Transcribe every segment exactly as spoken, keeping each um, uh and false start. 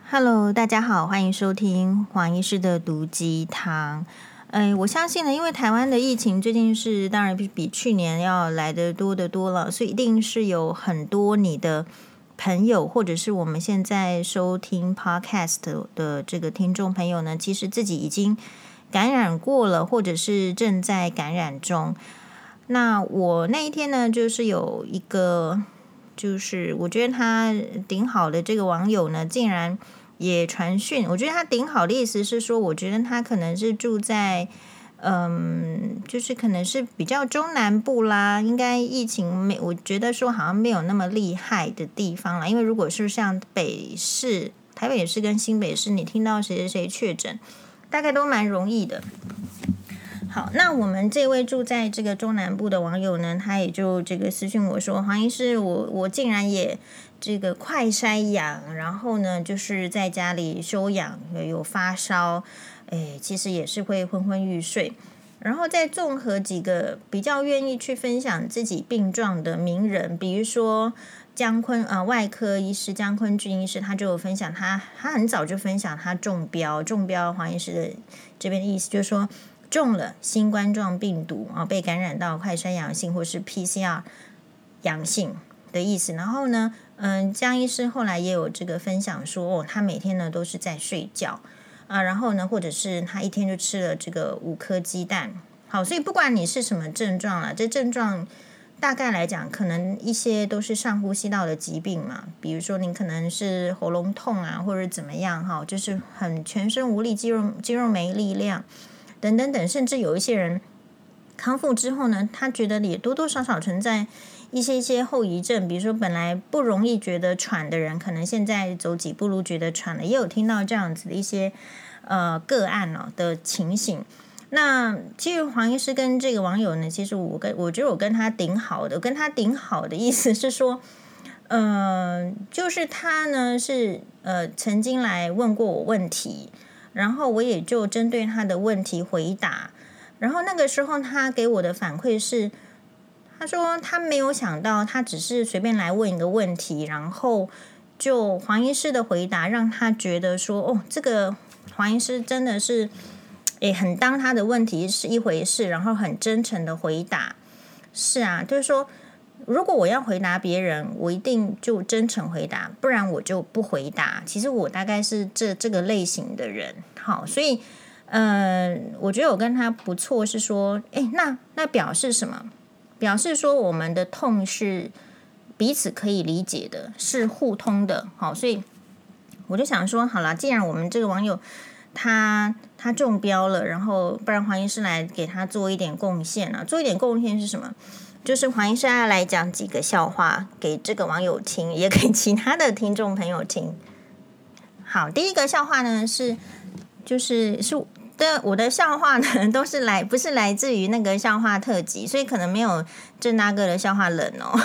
Hello， 大家好，欢迎收听黄医师的毒鸡汤。呃，我相信呢，因为台湾的疫情最近是当然比比去年要来的多得多了，所以一定是有很多你的朋友，或者是我们现在收听 Podcast 的这个听众朋友呢，其实自己已经感染过了，或者是正在感染中。那我那一天呢，就是有一个，就是我觉得他顶好的这个网友呢，竟然也传讯。我觉得他顶好的意思是说，我觉得他可能是住在，嗯，就是可能是比较中南部啦，应该疫情没，我觉得说好像没有那么厉害的地方啦。因为如果是像北市、台北市跟新北市，你听到谁谁谁确诊，大概都蛮容易的。好，那我们这位住在这个中南部的网友呢，他也就这个私讯我说，黄医师，我我竟然也这个快筛阳，然后呢，就是在家里休养，有发烧，哎，其实也是会昏昏欲睡。然后再综合几个比较愿意去分享自己病状的名人，比如说姜昆呃外科医师姜昆俊医师，他就有分享他他很早就分享他中标中标黄医师的这边的意思就是说，中了新冠状病毒啊，被感染到快筛阳性或是 P C R 阳性的意思。然后呢，嗯，江医师后来也有这个分享说，哦，他每天呢都是在睡觉啊，然后呢，或者是他一天就吃了这个五颗鸡蛋。好，所以不管你是什么症状啦，这症状大概来讲，可能一些都是上呼吸道的疾病嘛，比如说你可能是喉咙痛啊，或者怎么样哈，就是很全身无力，肌肉肌肉没力量。等等等，甚至有一些人康复之后呢，他觉得也多多少少存在一些一些后遗症，比如说本来不容易觉得喘的人，可能现在走几步路觉得喘了，也有听到这样子的一些呃个案哦的情形。那其实黄医师跟这个网友呢，其实我跟我觉得我跟他顶好的，我跟他顶好的意思是说，呃，就是他呢是呃曾经来问过我问题。然后我也就针对他的问题回答，然后那个时候他给我的反馈是，他说他没有想到，他只是随便来问一个问题，然后就黄医师的回答让他觉得说，哦，这个黄医师真的是，诶，很当他的问题是一回事，然后很真诚的回答。是啊，就是说，如果我要回答别人，我一定就真诚回答，不然我就不回答。其实我大概是这这个类型的人，好，所以，呃，我觉得我跟他不错，是说，哎，那那表示什么？表示说我们的痛是彼此可以理解的，是互通的，好，所以我就想说，好啦，既然我们这个网友他他中标了，然后不然黄医师来给他做一点贡献啊，做一点贡献是什么？就是黄医师要来讲几个笑话给这个网友听，也给其他的听众朋友听。好，第一个笑话呢是，就是是的，我的笑话呢都是来不是来自于那个笑话特辑，所以可能没有郑大哥的笑话冷哦。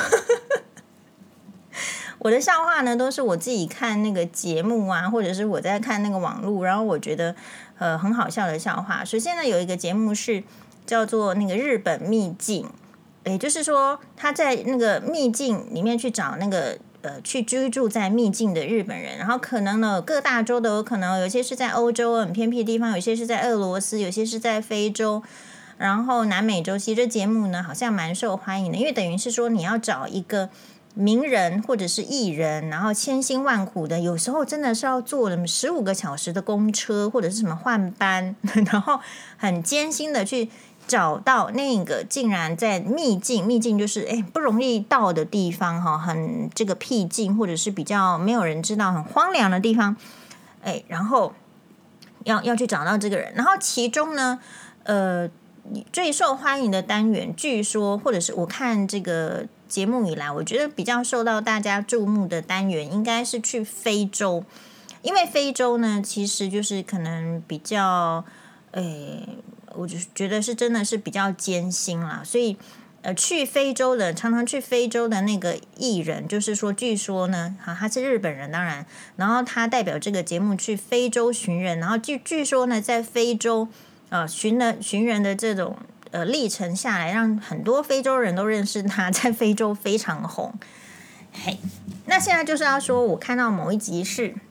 我的笑话呢都是我自己看那个节目啊，或者是我在看那个网络，然后我觉得呃很好笑的笑话。首先呢，有一个节目是叫做那个日本秘境。也就是说，他在那个秘境里面去找那个呃，去居住在秘境的日本人，然后可能呢各大洲都有可能，有些是在欧洲很偏僻的地方，有些是在俄罗斯，有些是在非洲，然后南美洲。其实这节目呢好像蛮受欢迎的，因为等于是说你要找一个名人或者是艺人，然后千辛万苦的，有时候真的是要坐了十五个小时的公车或者是什么换班，然后很艰辛的去找到那个竟然在秘境，秘境就是哎不容易到的地方哈，很这个僻静或者是比较没有人知道很荒凉的地方，哎，然后要要去找到这个人，然后其中呢，呃，最受欢迎的单元，据说或者是我看这个节目以来，我觉得比较受到大家注目的单元，应该是去非洲，因为非洲呢，其实就是可能比较，诶。我就觉得是真的是比较艰辛啦，所以呃，去非洲的常常去非洲的那个艺人，就是说，据说呢，哈，他是日本人，当然，然后他代表这个节目去非洲寻人，然后据据说呢，在非洲呃寻了寻人的这种呃历程下来，让很多非洲人都认识他，在非洲非常红。嘿，那现在就是要说，我看到某一集是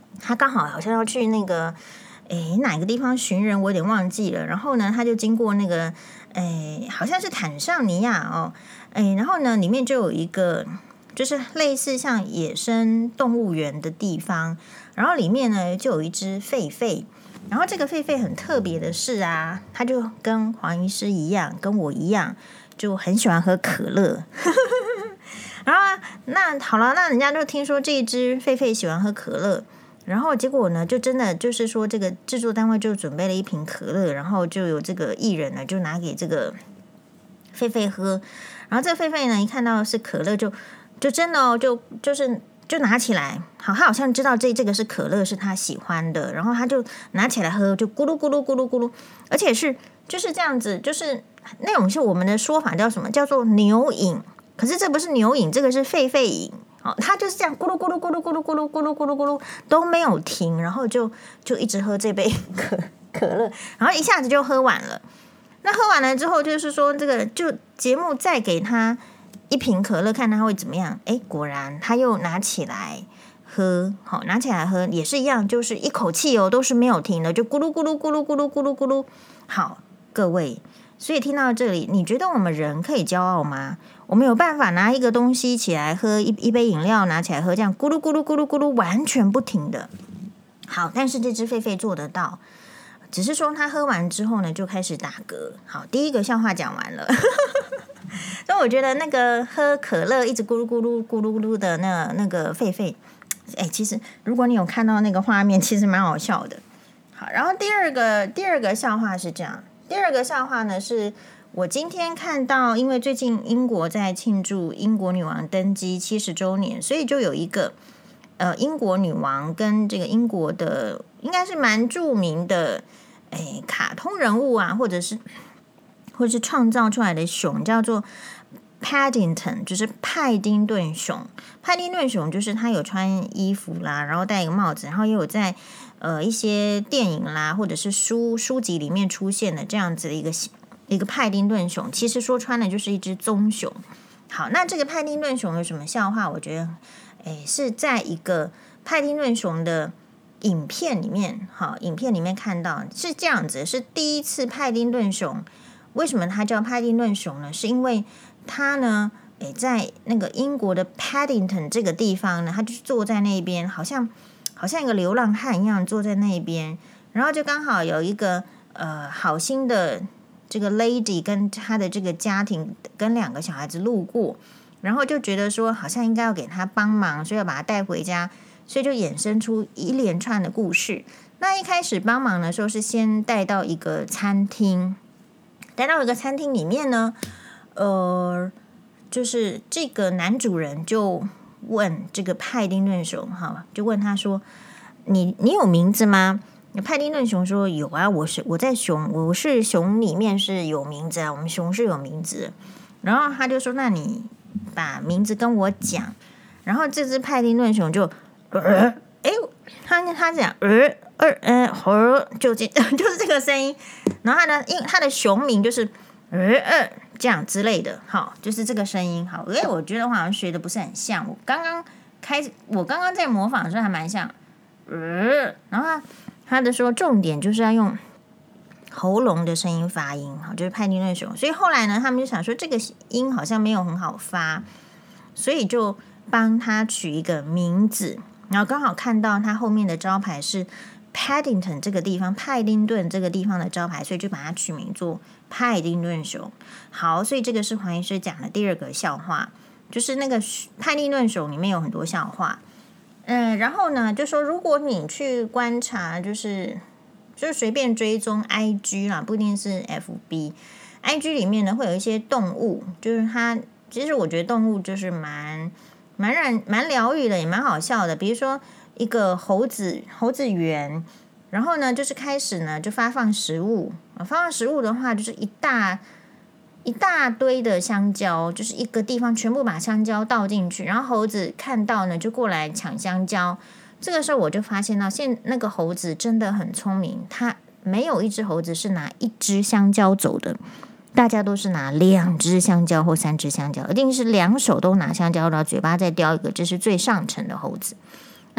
他刚好好像要去那个诶哪个地方寻人，我有点忘记了。然后呢，他就经过那个诶好像是坦桑尼亚哦，诶然后呢里面就有一个就是类似像野生动物园的地方，然后里面呢就有一只狒狒。然后这个狒狒很特别的是啊，他就跟黄医师一样，跟我一样，就很喜欢喝可乐。然后、啊、那好了，那人家就听说这一只狒狒喜欢喝可乐，然后结果呢，就真的就是说，这个制作单位就准备了一瓶可乐，然后就有这个艺人呢，就拿给这个狒狒喝。然后这个狒狒呢，一看到是可乐就，就就真的哦，就就是就拿起来。好，他好像知道这这个是可乐，是他喜欢的，然后他就拿起来喝，就咕噜咕噜咕噜咕噜，而且是就是这样子，就是那种是我们的说法叫什么？叫做牛饮。可是这不是牛饮，这个是狒狒饮。哦，他就是这样咕噜咕噜咕噜咕噜咕噜咕噜咕噜咕噜都没有停，然后就就一直喝这杯可可乐，然后一下子就喝完了。那喝完了之后，就是说这个就节目再给他一瓶可乐，看他会怎么样。哎，果然他又拿起来喝，好，拿起来喝也是一样，就是一口气哦，都是没有停的，就咕噜咕噜咕噜咕噜咕噜咕噜。好，各位，所以听到这里，你觉得我们人可以骄傲吗？我们有办法拿一个东西起来喝，一一杯饮料拿起来喝，这样咕噜咕噜咕噜咕噜完全不停的。好，但是这只狒狒做得到，只是说他喝完之后呢，就开始打嗝。好，第一个笑话讲完了。所以我觉得那个喝可乐一直咕噜咕噜咕噜咕噜的那那个狒狒，哎，其实如果你有看到那个画面，其实蛮好笑的。好，然后第二个第二个笑话是这样，第二个笑话呢是我今天看到，因为最近英国在庆祝英国女王登基七十周年，所以就有一个呃英国女王跟这个英国的应该是蛮著名的哎卡通人物啊，或者是或者是创造出来的熊，叫做 Paddington， 就是派丁顿熊。派丁顿熊就是他有穿衣服啦，然后戴一个帽子，然后也有在呃一些电影啦或者是书书籍里面出现的这样子的一个一个派丁顿熊。其实说穿了就是一只棕熊。好，那这个派丁顿熊有什么笑话？我觉得诶是在一个派丁顿熊的影片里面，好，影片里面看到是这样子，是第一次派丁顿熊。为什么它叫派丁顿熊呢？是因为它呢，诶，在那个英国的 Paddington 这个地方呢，它就坐在那边，好像好像一个流浪汉一样坐在那边，然后就刚好有一个呃好心的这个 lady 跟她的这个家庭跟两个小孩子路过，然后就觉得说好像应该要给他帮忙，所以要把他带回家，所以就衍生出一连串的故事。那一开始帮忙的时候是先带到一个餐厅。来到一个餐厅里面呢，呃，就是这个男主人就问这个派丁顿熊，哈，就问他说：“你你有名字吗？”派丁顿熊说：“有啊，我是我在熊，我是熊里面是有名字啊，我们熊是有名字。”然后他就说：“那你把名字跟我讲。”然后这只派丁顿熊就，呃，哎，他他讲，呃。二呃和就这就是这个声音，然后它的因为它的熊名就是呃呃这样之类的，好，就是这个声音，好，因为我觉得我好像学的不是很像，我刚刚开始我刚刚在模仿的时候还蛮像，呃，然后他他的说重点就是要用喉咙的声音发音，好，就是派丁顿熊，所以后来呢，他们就想说这个音好像没有很好发，所以就帮他取一个名字，然后刚好看到他后面的招牌是Paddington 这个地方，派丁顿这个地方的招牌，所以就把它取名做派丁顿熊。好，所以这个是黄医师讲的第二个笑话，就是那个派丁顿熊里面有很多笑话。嗯，然后呢，就说如果你去观察，就是就是随便追踪 I G 啦，不一定是 F B。I G 里面呢会有一些动物，就是它其实我觉得动物就是蛮蛮让蛮疗愈的，也蛮好笑的，比如说。一个猴子猴子园，然后呢，就是开始呢就发放食物，发放食物的话，就是一大一大堆的香蕉，就是一个地方全部把香蕉倒进去，然后猴子看到呢就过来抢香蕉。这个时候我就发现到，现那个猴子真的很聪明，它没有一只猴子是拿一只香蕉走的，大家都是拿两只香蕉或三只香蕉，一定是两手都拿香蕉，然后嘴巴再叼一个，这是最上层的猴子。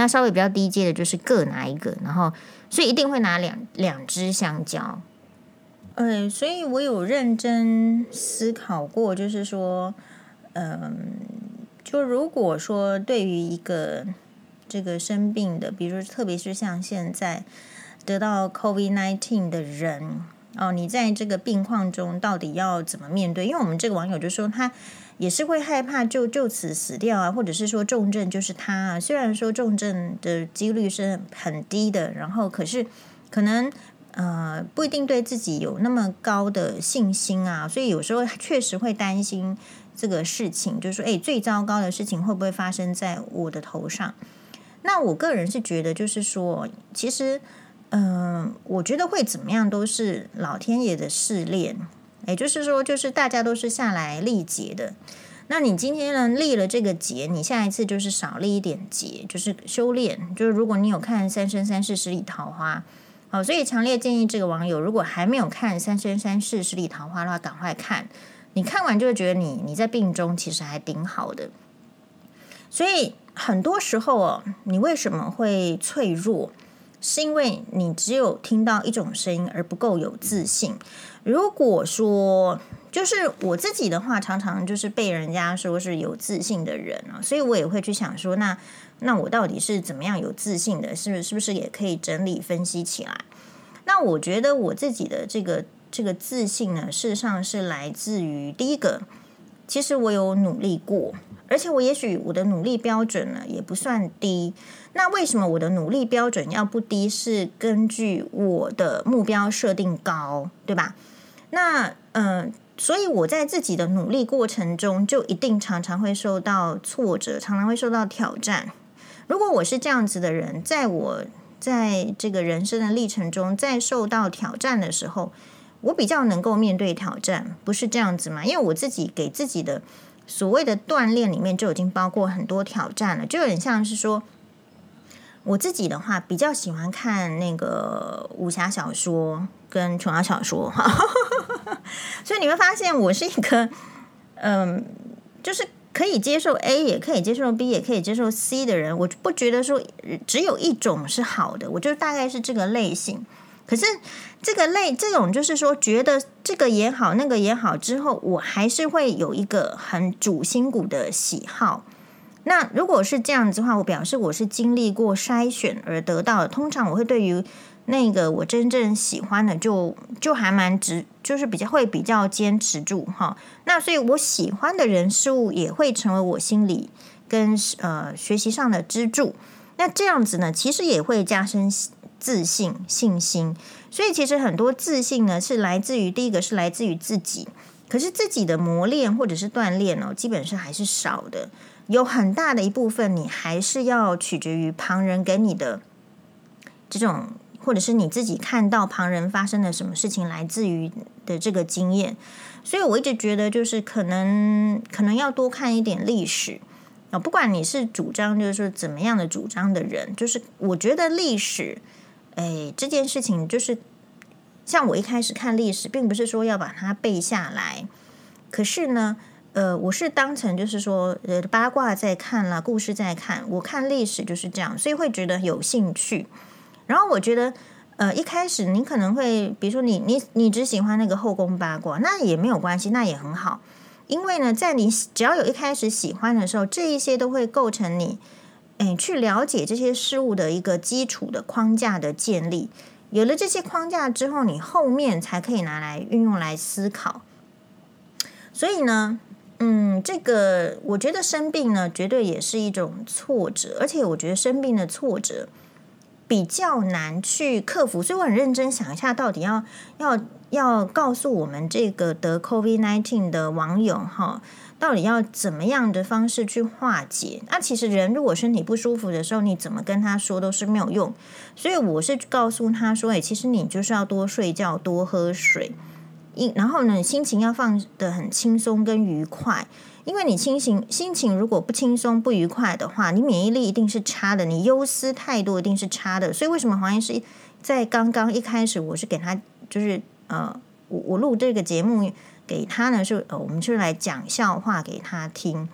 那稍微比较低阶的就是各拿一个，然后所以一定会拿两两支香蕉。呃，所以我有认真思考过，就是说，嗯，就如果说对于一个这个生病的，比如说特别是像现在得到 COVID 十九 的人，哦，你在这个病况中到底要怎么面对？因为我们这个网友就说他也是会害怕就就此死掉啊，或者是说重症就是他啊。虽然说重症的几率是很低的，然后可是可能呃不一定对自己有那么高的信心啊，所以有时候确实会担心这个事情，就是说，哎，最糟糕的事情会不会发生在我的头上？那我个人是觉得，就是说，其实，嗯、呃，我觉得会怎么样都是老天爷的试炼，也就是说，就是大家都是下来历劫的。那你今天呢历了这个劫，你下一次就是少历一点劫，就是修炼。就是如果你有看《三生三世十里桃花》，好，所以强烈建议这个网友，如果还没有看《三生三世十里桃花》的话，赶快看。你看完就会觉得你你在病中其实还挺好的。所以很多时候哦，你为什么会脆弱？是因为你只有听到一种声音而不够有自信。如果说就是我自己的话，常常就是被人家说是有自信的人啊，所以我也会去想说，那那我到底是怎么样有自信的？是不是是不是也可以整理分析起来？那我觉得我自己的这个这个自信呢，事实上是来自于第一个，其实我有努力过。而且我也许我的努力标准呢也不算低，那为什么我的努力标准要不低？是根据我的目标设定高，对吧？那嗯、呃，所以我在自己的努力过程中，就一定常常会受到挫折，常常会受到挑战。如果我是这样子的人，在我在这个人生的历程中，在受到挑战的时候，我比较能够面对挑战，不是这样子吗？因为我自己给自己的所谓的锻炼里面就已经包括很多挑战了，就有点像是说，我自己的话比较喜欢看那个武侠小说跟琼瑶小说，所以你会发现我是一个，嗯，就是可以接受 A， 也可以接受 B， 也可以接受 C 的人。我不觉得说只有一种是好的，我就大概是这个类型。可是这个类这种就是说，觉得这个也好，那个也好之后，我还是会有一个很主心骨的喜好。那如果是这样子的话，我表示我是经历过筛选而得到的。通常我会对于那个我真正喜欢的就，就就还蛮直，就是比较会比较坚持住哈。那所以我喜欢的人事物也会成为我心里跟呃学习上的支柱。那这样子呢，其实也会加深自信、信心，所以其实很多自信呢是来自于第一个是来自于自己，可是自己的磨练或者是锻炼哦，基本上还是少的，有很大的一部分你还是要取决于旁人给你的这种，或者是你自己看到旁人发生了什么事情来自于的这个经验。所以我一直觉得就是可能可能要多看一点历史。哦，不管你是主张就是说怎么样的主张的人，就是我觉得历史哎，这件事情就是像我一开始看历史，并不是说要把它背下来，可是呢，呃，我是当成就是说，呃，八卦在看啦，故事在看。我看历史就是这样，所以会觉得有兴趣。然后我觉得，呃，一开始你可能会，比如说你你你只喜欢那个后宫八卦，那也没有关系，那也很好。因为呢，在你只要有一开始喜欢的时候，这一些都会构成你。哎，去了解这些事物的一个基础的框架的建立，有了这些框架之后，你后面才可以拿来运用来思考。所以呢，嗯，这个我觉得生病呢，绝对也是一种挫折，而且我觉得生病的挫折比较难去克服，所以我很认真想一下，到底要要要告诉我们这个得 COVID 十九 的网友哈。到底要怎么样的方式去化解？那、啊、其实人如果身体不舒服的时候，你怎么跟他说都是没有用。所以我是告诉他说：“哎，其实你就是要多睡觉，多喝水，然后呢，心情要放得很轻松跟愉快。因为你心情心情如果不轻松不愉快的话，你免疫力一定是差的，你忧思太多一定是差的。所以为什么黄医师在刚刚一开始我是给他就是呃，我我录这个节目。”给他呢是呃，我们就来讲笑话给他听，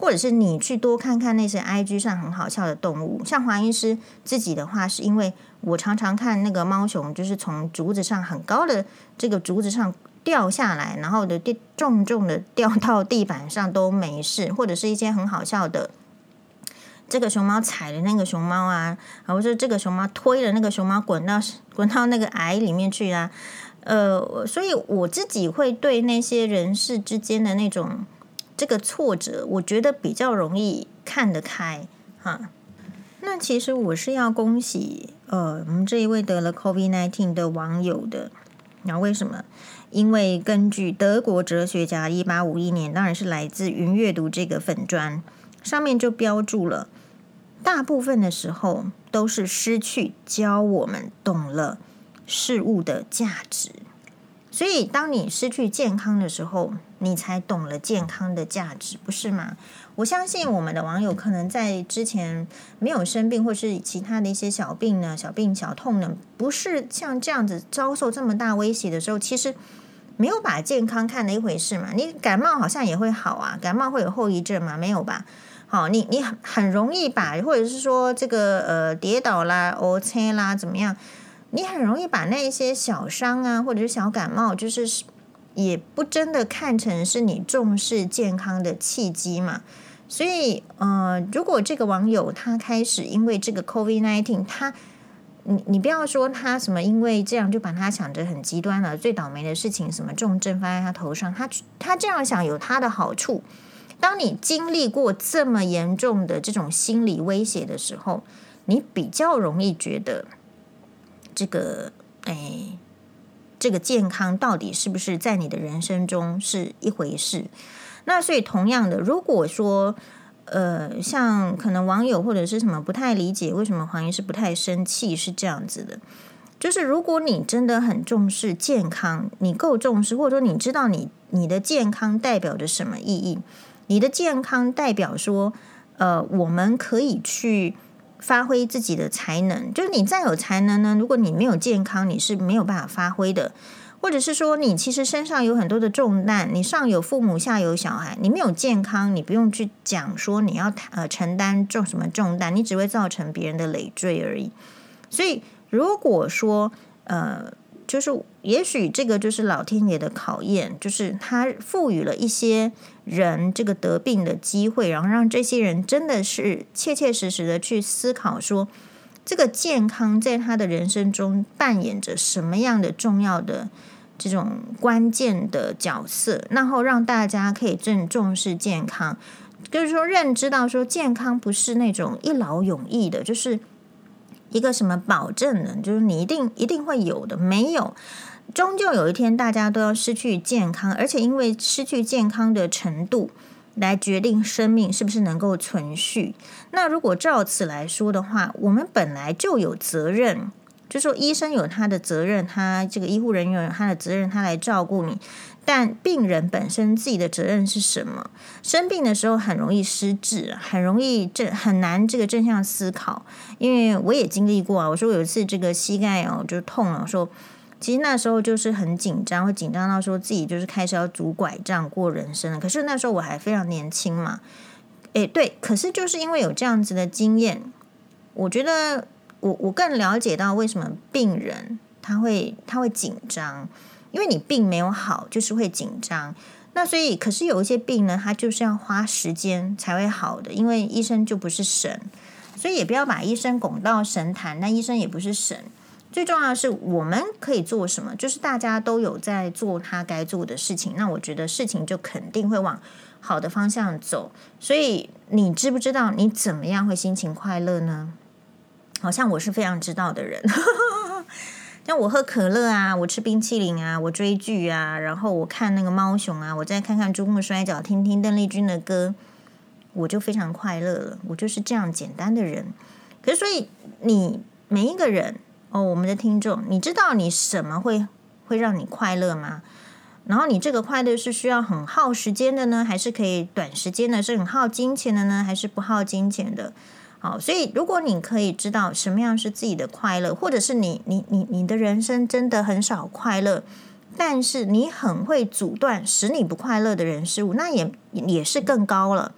或者是你去多看看那些 I G 上很好笑的动物。像华医师自己的话，是因为我常常看那个猫熊，就是从竹子上很高的这个竹子上掉下来，然后的重重的掉到地板上都没事，或者是一些很好笑的。这个熊猫踩了那个熊猫啊，或者这个熊猫推了那个熊猫滚到滚到那个崖里面去啊，呃，所以我自己会对那些人事之间的那种这个挫折，我觉得比较容易看得开哈。那其实我是要恭喜呃我们这一位得了 COVID 十九 的网友的，然后为什么？因为根据德国哲学家一八五一年，当然是来自云阅读这个粉专上面就标注了。大部分的时候都是失去教我们懂了事物的价值，所以当你失去健康的时候，你才懂了健康的价值，不是吗？我相信我们的网友可能在之前没有生病，或是其他的一些小病呢、小病小痛呢，不是像这样子遭受这么大威胁的时候，其实没有把健康看的一回事嘛。你感冒好像也会好啊，感冒会有后遗症吗？没有吧。好，你你很容易把，或者是说这个呃跌倒啦、O C 啦怎么样，你很容易把那些小伤啊，或者是小感冒，就是也不真的看成是你重视健康的契机嘛。所以呃，如果这个网友他开始因为这个 COVID 十九，他你你不要说他什么，因为这样就把他想着很极端了，最倒霉的事情什么重症发在他头上，他他这样想有他的好处。当你经历过这么严重的这种心理威胁的时候，你比较容易觉得这个哎，这个健康到底是不是在你的人生中是一回事？那所以同样的，如果说呃，像可能网友或者是什么不太理解为什么黄医师不太生气，是这样子的。就是如果你真的很重视健康，你够重视，或者说你知道你你的健康代表着什么意义，你的健康代表说呃，我们可以去发挥自己的才能。就是你再有才能呢，如果你没有健康，你是没有办法发挥的。或者是说你其实身上有很多的重担，你上有父母下有小孩，你没有健康，你不用去讲说你要呃承担重什么重担，你只会造成别人的累赘而已。所以如果说呃就是也许这个就是老天爷的考验，就是他赋予了一些人这个得病的机会，然后让这些人真的是切切实实的去思考说，这个健康在他的人生中扮演着什么样的重要的这种关键的角色，然后让大家可以更重视健康，就是说认知到说健康不是那种一劳永逸的，就是一个什么保证呢？就是你一定一定会有的，没有，终究有一天大家都要失去健康，而且因为失去健康的程度来决定生命是不是能够存续。那如果照此来说的话，我们本来就有责任，就说医生有他的责任，他这个医护人员有他的责任，他来照顾你。但病人本身自己的责任是什么？生病的时候很容易失智，很容易正很难这个正向思考。因为我也经历过啊，我说有一次这个膝盖哦就痛了，我说其实那时候就是很紧张，会紧张到说自己就是开始要拄拐杖过人生了。可是那时候我还非常年轻嘛，诶对，可是就是因为有这样子的经验，我觉得我我更了解到为什么病人他会他会紧张。因为你病没有好，就是会紧张。那所以，可是有一些病呢，它就是要花时间才会好的，因为医生就不是神，所以也不要把医生拱到神坛。那医生也不是神，最重要的是我们可以做什么，就是大家都有在做他该做的事情。那我觉得事情就肯定会往好的方向走。所以你知不知道你怎么样会心情快乐呢？好像我是非常知道的人。像我喝可乐啊，我吃冰淇淋啊，我追剧啊，然后我看那个猫熊啊，我再看看珠穆摔角，听听邓丽君的歌，我就非常快乐了。我就是这样简单的人。可是所以你每一个人哦，我们的听众，你知道你什么会会让你快乐吗？然后你这个快乐是需要很耗时间的呢，还是可以短时间的？是很耗金钱的呢，还是不耗金钱的？好，所以如果你可以知道什么样是自己的快乐，或者是你你你你的人生真的很少快乐，但是你很会阻断使你不快乐的人事物，那也也是更高了。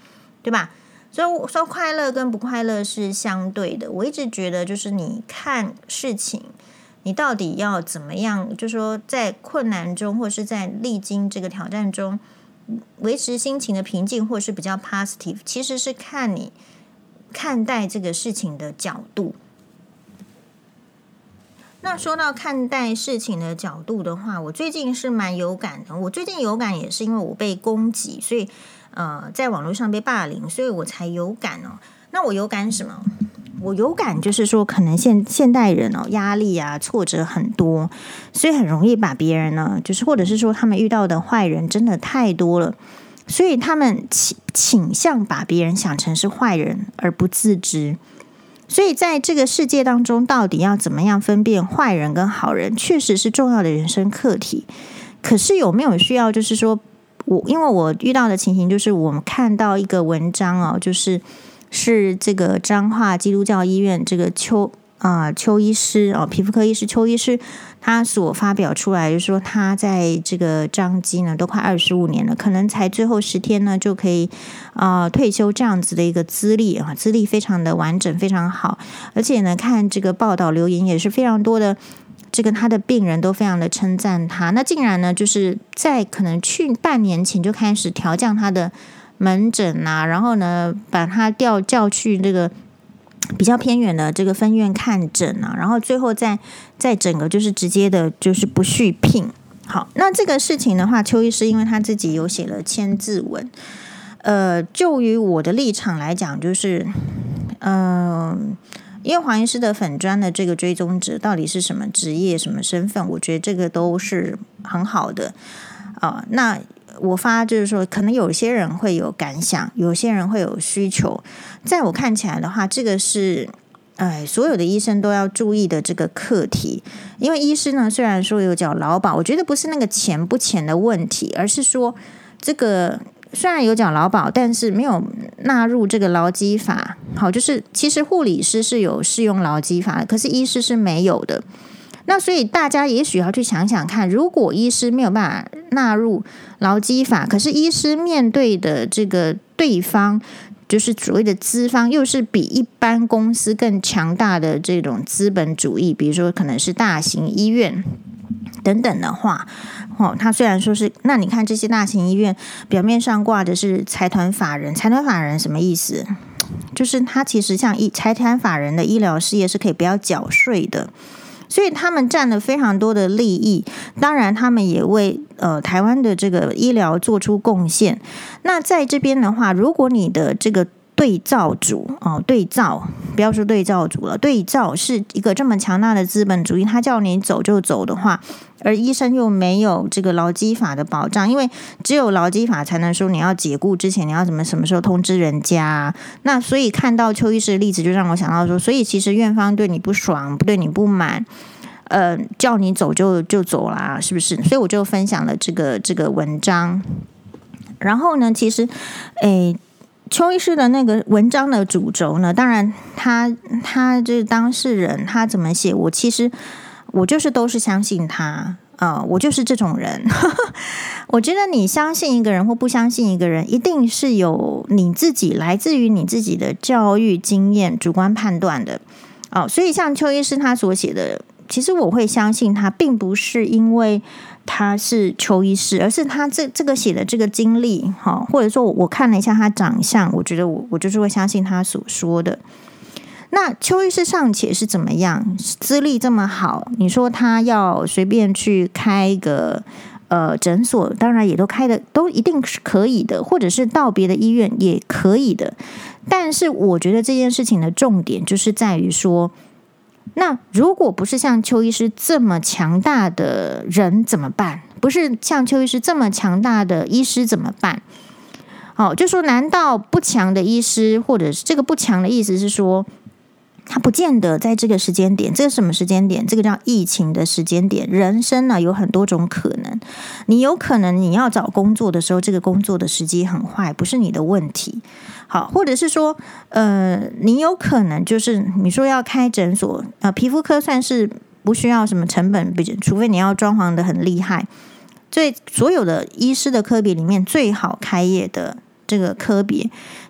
对吧？所以我说快乐跟不快乐是相对的。我一直觉得就是你看事情，你到底要怎么样，就是说在困难中或是在历经这个挑战中维持心情的平静，或是比较 positive， 其实是看你看待这个事情的角度。那说到看待事情的角度的话，我最近是蛮有感的。我最近有感也是因为我被攻击，所以呃，在网络上被霸凌，所以我才有感哦。那我有感什么？我有感就是说，可能现现代人哦，压力啊、挫折很多，所以很容易把别人呢，就是或者是说他们遇到的坏人真的太多了，所以他们倾倾向把别人想成是坏人而不自知。所以在这个世界当中，到底要怎么样分辨坏人跟好人，确实是重要的人生课题。可是有没有需要，就是说我因为我遇到的情形，就是我们看到一个文章哦，就是是这个彰化基督教医院这个邱啊、呃、邱医师哦，皮肤科医师邱医师，他所发表出来，就是说他在这个彰基呢都快二十五年了，可能才最后十天呢就可以啊、呃、退休这样子的一个资历啊，资历非常的完整，非常好，而且呢看这个报道留言也是非常多的。这个他的病人都非常的称赞他，那竟然呢，就是在可能去半年前就开始调降他的门诊啊，然后呢，把他调叫去这个比较偏远的这个分院看诊啊，然后最后再再整个就是直接的就是不续聘。好，那这个事情的话，邱医师因为他自己有写了千字文，呃，就于我的立场来讲，就是嗯。呃因为黄医师的粉专的这个追踪者到底是什么职业、什么身份，我觉得这个都是很好的啊、呃。那我发就是说，可能有些人会有感想，有些人会有需求。在我看起来的话，这个是哎所有的医生都要注意的这个课题。因为医师呢，虽然说有缴劳保，我觉得不是那个钱不钱的问题，而是说这个。虽然有缴劳保，但是没有纳入这个劳基法。好，就是其实护理师是有适用劳基法的，可是医师是没有的。那所以大家也许要去想想看，如果医师没有办法纳入劳基法，可是医师面对的这个对方，就是所谓的资方，又是比一般公司更强大的这种资本主义，比如说可能是大型医院等等的话。哦，他虽然说是，那你看这些大型医院表面上挂的是财团法人，财团法人什么意思？就是他其实像医财团法人的医疗事业是可以不要缴税的，所以他们占了非常多的利益。当然，他们也为呃台湾的这个医疗做出贡献。那在这边的话，如果你的这个对照组哦，对照不要说对照组了，对照是一个这么强大的资本主义，他叫你走就走的话，而医生又没有这个劳基法的保障，因为只有劳基法才能说你要解雇之前你要怎么什么时候通知人家、啊、那所以看到邱医师的例子就让我想到说，所以其实院方对你不爽，对你不满，呃，叫你走就就走啦，是不是？所以我就分享了这个这个文章。然后呢，其实诶邱医师的那个文章的主轴呢，当然他他就是当事人，他怎么写，我其实我就是都是相信他，呃，我就是这种人。我觉得你相信一个人或不相信一个人，一定是有你自己来自于你自己的教育经验、主观判断的。哦，所以像邱医师他所写的，其实我会相信他，并不是因为他是邱医师，而是他这这个写的这个经历，哈，或者说我看了一下他长相，我觉得我我就是会相信他所说的。那邱医师尚且是怎么样，资历这么好，你说他要随便去开一个呃诊所，当然也都开的都一定是可以的，或者是到别的医院也可以的。但是我觉得这件事情的重点就是在于说，那如果不是像邱医师这么强大的人怎么办？不是像邱医师这么强大的医师怎么办？好、哦，就说难道不强的医师，或者是这个不强的意思是说，他不见得在这个时间点，这个什么时间点？这个叫疫情的时间点。人生呢有很多种可能，你有可能你要找工作的时候，这个工作的时机很坏，不是你的问题。好，或者是说，呃，你有可能就是你说要开诊所，呃，皮肤科算是不需要什么成本，除非你要装潢的很厉害。所以所有的医师的科别里面，最好开业的这个科别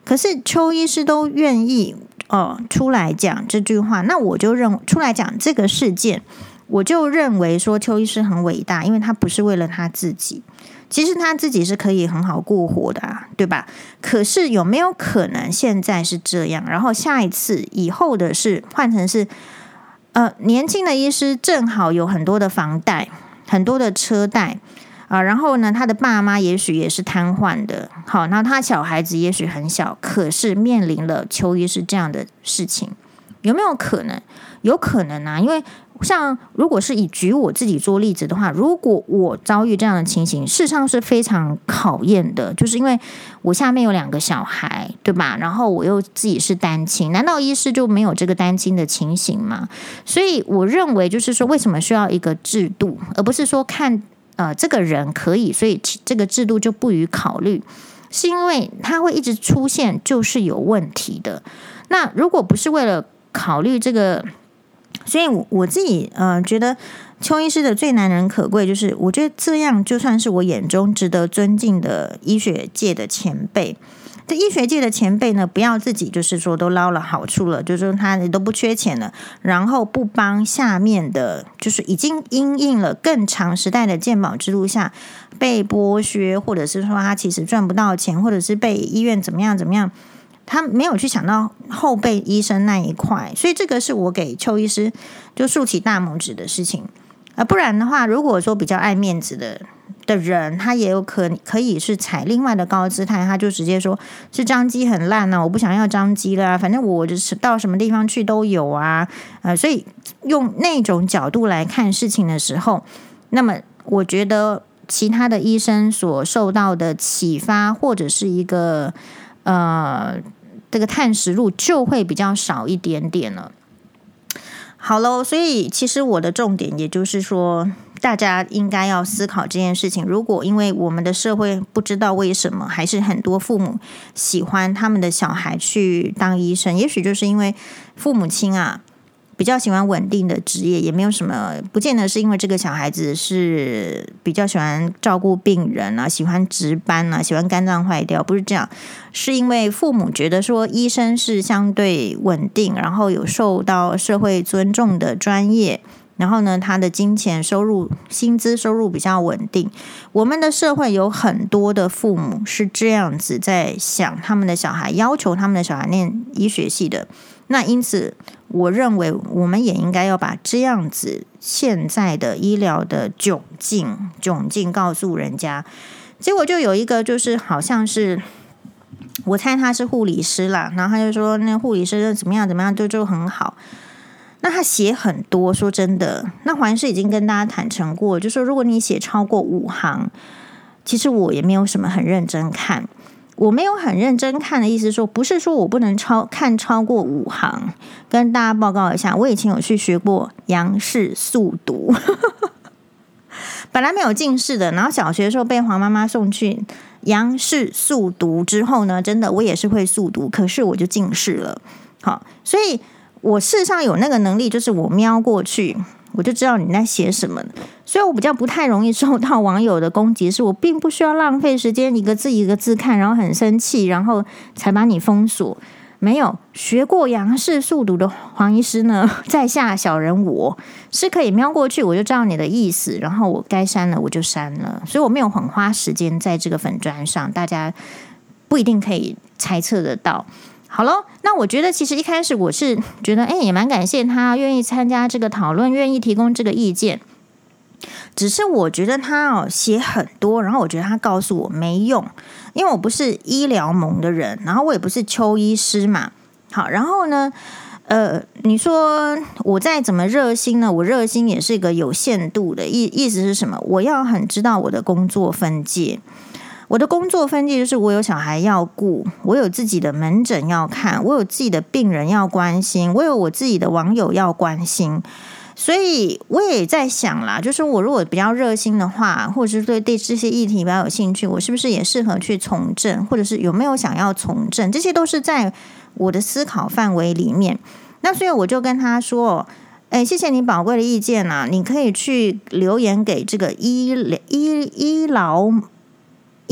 可是邱医师都愿意哦出来讲这句话，那我就认出来讲这个事件，我就认为说邱医师很伟大，因为他不是为了他自己，其实他自己是可以很好过活的啊，对吧？可是有没有可能现在是这样，然后下一次以后的是换成是呃年轻的医师正好有很多的房贷，很多的车贷啊，然后呢，他的爸妈也许也是瘫痪的，好，然后他小孩子也许很小，可是面临了邱医师这样的事情，有没有可能？有可能啊，因为像如果是以举我自己做例子的话，如果我遭遇这样的情形，事实上是非常考验的，就是因为我下面有两个小孩，对吧？然后我又自己是单亲，难道医师就没有这个单亲的情形吗？所以我认为就是说，为什么需要一个制度，而不是说看呃这个人可以，所以这个制度就不予考虑，是因为它会一直出现，就是有问题的。那如果不是为了考虑这个，所以我，我自己呃觉得邱医师的最难能可贵，就是我觉得这样就算是我眼中值得尊敬的医学界的前辈。这医学界的前辈呢，不要自己就是说都捞了好处了，就是说他都不缺钱了，然后不帮下面的，就是已经因应了更长时代的健保制度下被剥削，或者是说他其实赚不到钱，或者是被医院怎么样怎么样。他没有去想到后备医生那一块，所以这个是我给邱医师就竖起大拇指的事情。而不然的话，如果说比较爱面子的的人，他也有可可以是采另外的高姿态，他就直接说是张机很烂啊，我不想要张机了、啊，反正我就是到什么地方去都有啊，呃，所以用那种角度来看事情的时候，那么我觉得其他的医生所受到的启发或者是一个呃。这个探实录就会比较少一点点了。好咯，所以其实我的重点也就是说，大家应该要思考这件事情。如果因为我们的社会不知道为什么，还是很多父母喜欢他们的小孩去当医生，也许就是因为父母亲啊比较喜欢稳定的职业，也没有什么，不见得是因为这个小孩子是比较喜欢照顾病人啊，喜欢值班啊，喜欢肝脏坏掉，不是这样，是因为父母觉得说医生是相对稳定，然后有受到社会尊重的专业，然后呢，他的金钱收入、薪资收入比较稳定。我们的社会有很多的父母是这样子在想他们的小孩，要求他们的小孩念医学系的。那因此我认为我们也应该要把这样子现在的医疗的窘境窘境告诉人家。结果就有一个就是好像是我猜他是护理师啦，然后他就说那护理师怎么样怎么样就就很好。那他写很多，说真的，那黄医师已经跟大家坦诚过，就说如果你写超过五行，其实我也没有什么很认真看。我没有很认真看的意思说，不是说我不能超看超过五行。跟大家报告一下，我以前有去学过杨氏速读，本来没有近视的，然后小学的时候被黄妈妈送去杨氏速读之后呢，真的我也是会速读，可是我就近视了。好，所以我事实上有那个能力，就是我瞄过去我就知道你在写什么，所以我比较不太容易受到网友的攻击，是我并不需要浪费时间一个字一个字看，然后很生气，然后才把你封锁。没有学过杨氏速读的黄医师呢，在下小人我是可以瞄过去，我就知道你的意思，然后我该删了我就删了，所以我没有很花时间在这个粉专上，大家不一定可以猜测得到。好了，那我觉得其实一开始我是觉得，哎，也蛮感谢他愿意参加这个讨论，愿意提供这个意见。只是我觉得他哦写很多，然后我觉得他告诉我没用，因为我不是医疗盟的人，然后我也不是邱医师嘛。好，然后呢，呃，你说我再怎么热心呢？我热心也是一个有限度的，意意思是什么？我要很知道我的工作分界。我的工作分界就是我有小孩要顾，我有自己的门诊要看，我有自己的病人要关心，我有我自己的网友要关心。所以我也在想啦，就是我如果比较热心的话，或者是对对这些议题比较有兴趣，我是不是也适合去从政，或者是有没有想要从政，这些都是在我的思考范围里面。那所以我就跟他说，哎，谢谢你宝贵的意见啊，你可以去留言给这个医医医疗医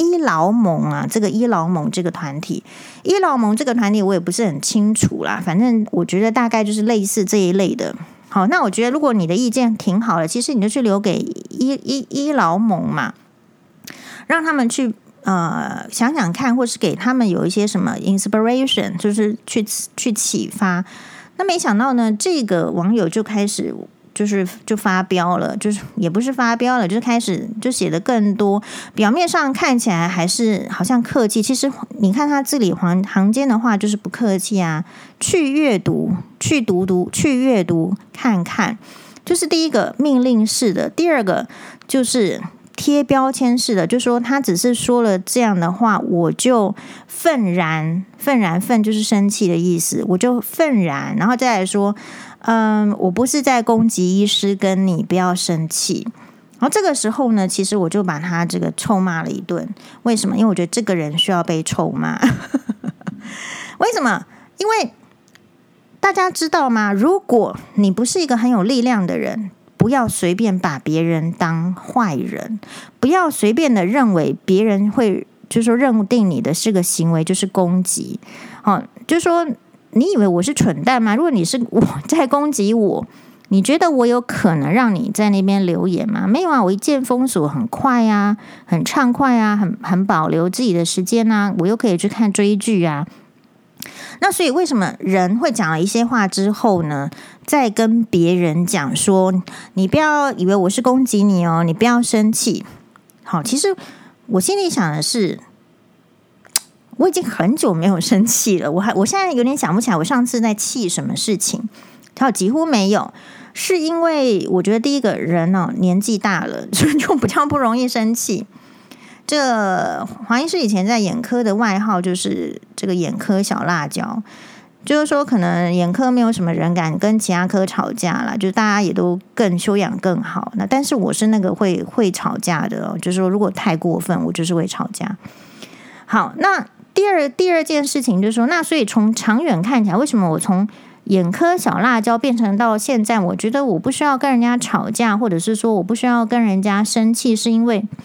伊劳盟啊，这个伊劳盟这个团体，伊劳盟这个团体我也不是很清楚啦，反正我觉得大概就是类似这一类的。好，那我觉得如果你的意见挺好的，其实你就去留给伊伊伊劳盟嘛，让他们去呃想想看，或是给他们有一些什么 inspiration， 就是去去启发。那没想到呢，这个网友就开始就是就发飙了，就是也不是发飙了，就是开始就写的更多。表面上看起来还是好像客气，其实你看他字里行行间的话就是不客气啊。去阅读，去读读，去阅读看看，就是第一个命令式的，第二个就是贴标签式的，就说他只是说了这样的话，我就愤然，愤然愤就是生气的意思，我就愤然，然后再来说，嗯，我不是在攻击医师，跟你不要生气。然后这个时候呢，其实我就把他这个臭骂了一顿。为什么？因为我觉得这个人需要被臭骂。为什么？因为大家知道吗？如果你不是一个很有力量的人，不要随便把别人当坏人，不要随便的认为别人会就是说认定你的这个行为就是攻击。哦，就是说你以为我是蠢蛋吗？如果你是我在攻击我，你觉得我有可能让你在那边留言吗？没有啊，我一键封锁很快啊，很畅快啊，很很保留自己的时间啊，我又可以去看追剧啊。那所以为什么人会讲了一些话之后呢，再跟别人讲说，你不要以为我是攻击你哦，你不要生气。好，其实我心里想的是，我已经很久没有生气了，我还我现在有点想不起来我上次在气什么事情，好，几乎没有。是因为我觉得第一个人哦年纪大了，就就比较不容易生气。这黄医师以前在眼科的外号就是这个眼科小辣椒，就是说可能眼科没有什么人敢跟其他科吵架啦，就是大家也都更修养更好。那但是我是那个会会吵架的哦，就是说如果太过分，我就是会吵架。好，那第二第二件事情就是说，那所以从长远看起来，为什么我从眼科小辣椒变成到现在，我觉得我不需要跟人家吵架，或者是说我不需要跟人家生气，是因为。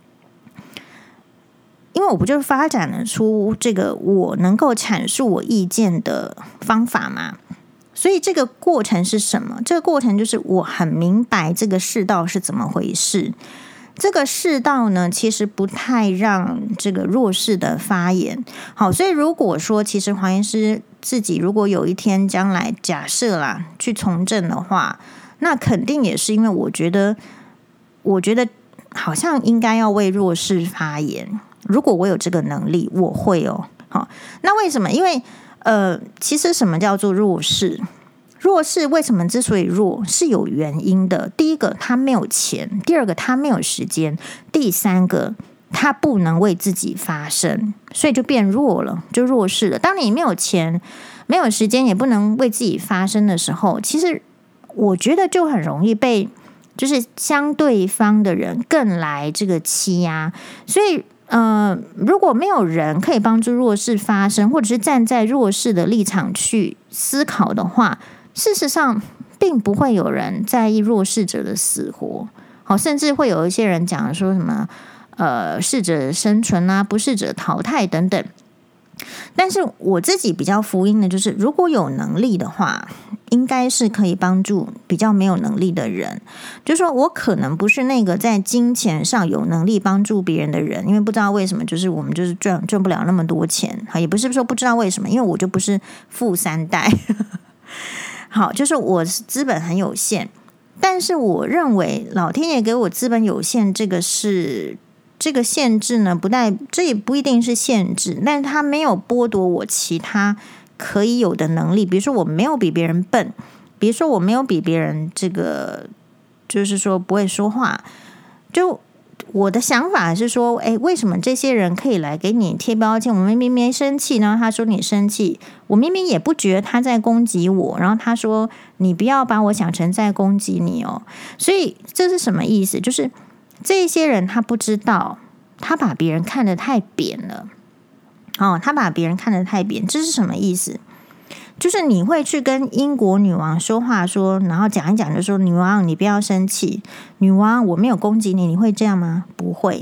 因为我不就是发展了出这个我能够阐述我意见的方法嘛，所以这个过程是什么？这个过程就是我很明白这个世道是怎么回事。这个世道呢，其实不太让这个弱势的发言。好，所以如果说其实黄医师自己如果有一天将来假设啦去从政的话，那肯定也是因为我觉得，我觉得好像应该要为弱势发言。如果我有这个能力，我会哦。好，那为什么？因为呃，其实什么叫做弱势？弱势为什么之所以弱是有原因的。第一个，他没有钱；第二个，他没有时间；第三个，他不能为自己发声，所以就变弱了，就弱势了。当你没有钱、没有时间，也不能为自己发声的时候，其实我觉得就很容易被就是相对方的人更来这个欺压，所以。呃，如果没有人可以帮助弱势发声，或者是站在弱势的立场去思考的话，事实上并不会有人在意弱势者的死活。好，甚至会有一些人讲说什么呃，适者生存啊，不适者淘汰等等。但是我自己比较福音的就是，如果有能力的话，应该是可以帮助比较没有能力的人。就是说我可能不是那个在金钱上有能力帮助别人的人，因为不知道为什么，就是我们就是赚赚不了那么多钱。好，也不是说不知道为什么，因为我就不是富三代。好，就是我资本很有限，但是我认为老天爷给我资本有限，这个是。这个限制呢，不带这也不一定是限制，但是它没有剥夺我其他可以有的能力。比如说，我没有比别人笨，比如说我没有比别人这个，就是说不会说话。就我的想法是说，哎，为什么这些人可以来给你贴标签？我明明没生气，然后他说你生气，我明明也不觉得他在攻击我，然后他说你不要把我想成在攻击你哦。所以这是什么意思？就是这些人他不知道，他把别人看得太扁了。哦，他把别人看得太扁，这是什么意思？就是你会去跟英国女王说话说，然后讲一讲就说女王你不要生气，女王我没有攻击你，你会这样吗？不会。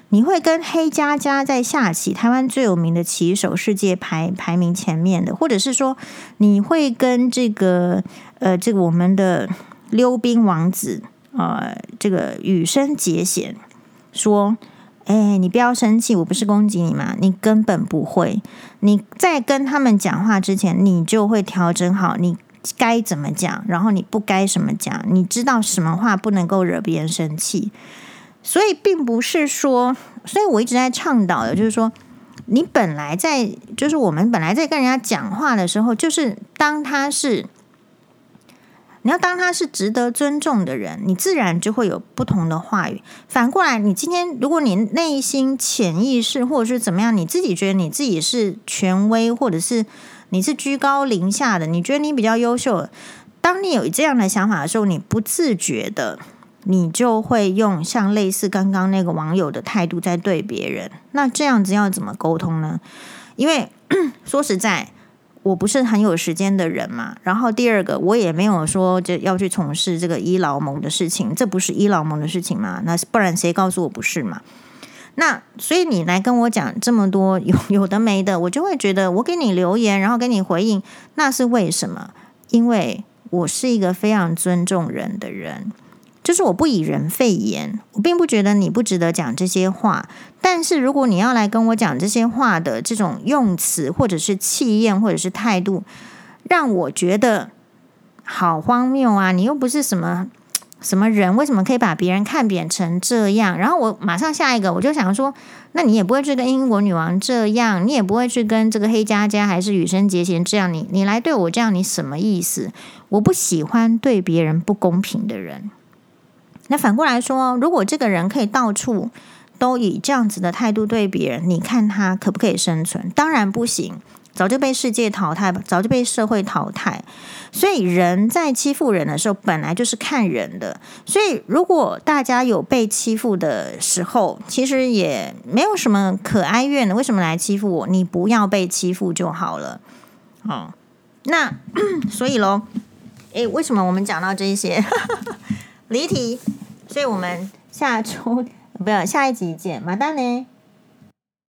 你会跟黑佳佳在下棋，台湾最有名的棋手，世界排排名前面的，或者是说你会跟这个呃这个我们的溜冰王子呃这个羽生结弦说，哎，你不要生气，我不是攻击你嘛，你根本不会。你在跟他们讲话之前，你就会调整好你该怎么讲，然后你不该什么讲，你知道什么话不能够惹别人生气。所以并不是说，所以我一直在倡导的就是说，你本来在就是我们本来在跟人家讲话的时候，就是当他是你要当他是值得尊重的人，你自然就会有不同的话语。反过来，你今天如果你内心潜意识或者是怎么样，你自己觉得你自己是权威，或者是你是居高临下的，你觉得你比较优秀，当你有这样的想法的时候，你不自觉的你就会用像类似刚刚那个网友的态度在对别人。那这样子要怎么沟通呢？因为说实在，我不是很有时间的人嘛，然后第二个我也没有说就要去从事这个医劳盟的事情，这不是医劳盟的事情嘛，那不然谁告诉我不是嘛？那所以你来跟我讲这么多有有的没的，我就会觉得我给你留言然后给你回应，那是为什么？因为我是一个非常尊重人的人，就是我不以人废言，我并不觉得你不值得讲这些话，但是如果你要来跟我讲这些话的这种用词或者是气焰或者是态度，让我觉得好荒谬啊！你又不是什么什么人，为什么可以把别人看扁成这样？然后我马上下一个我就想说，那你也不会去跟英国女王这样，你也不会去跟这个黑佳佳还是羽生结弦这样，你你来对我这样，你什么意思？我不喜欢对别人不公平的人。那反过来说，如果这个人可以到处都以这样子的态度对别人，你看他可不可以生存？当然不行，早就被世界淘汰，早就被社会淘汰。所以人在欺负人的时候，本来就是看人的。所以如果大家有被欺负的时候，其实也没有什么可哀怨的。为什么来欺负我？你不要被欺负就好了。哦，那所以咯，诶，为什么我们讲到这些离题？所以我们下周不要下一集见，马丹呢？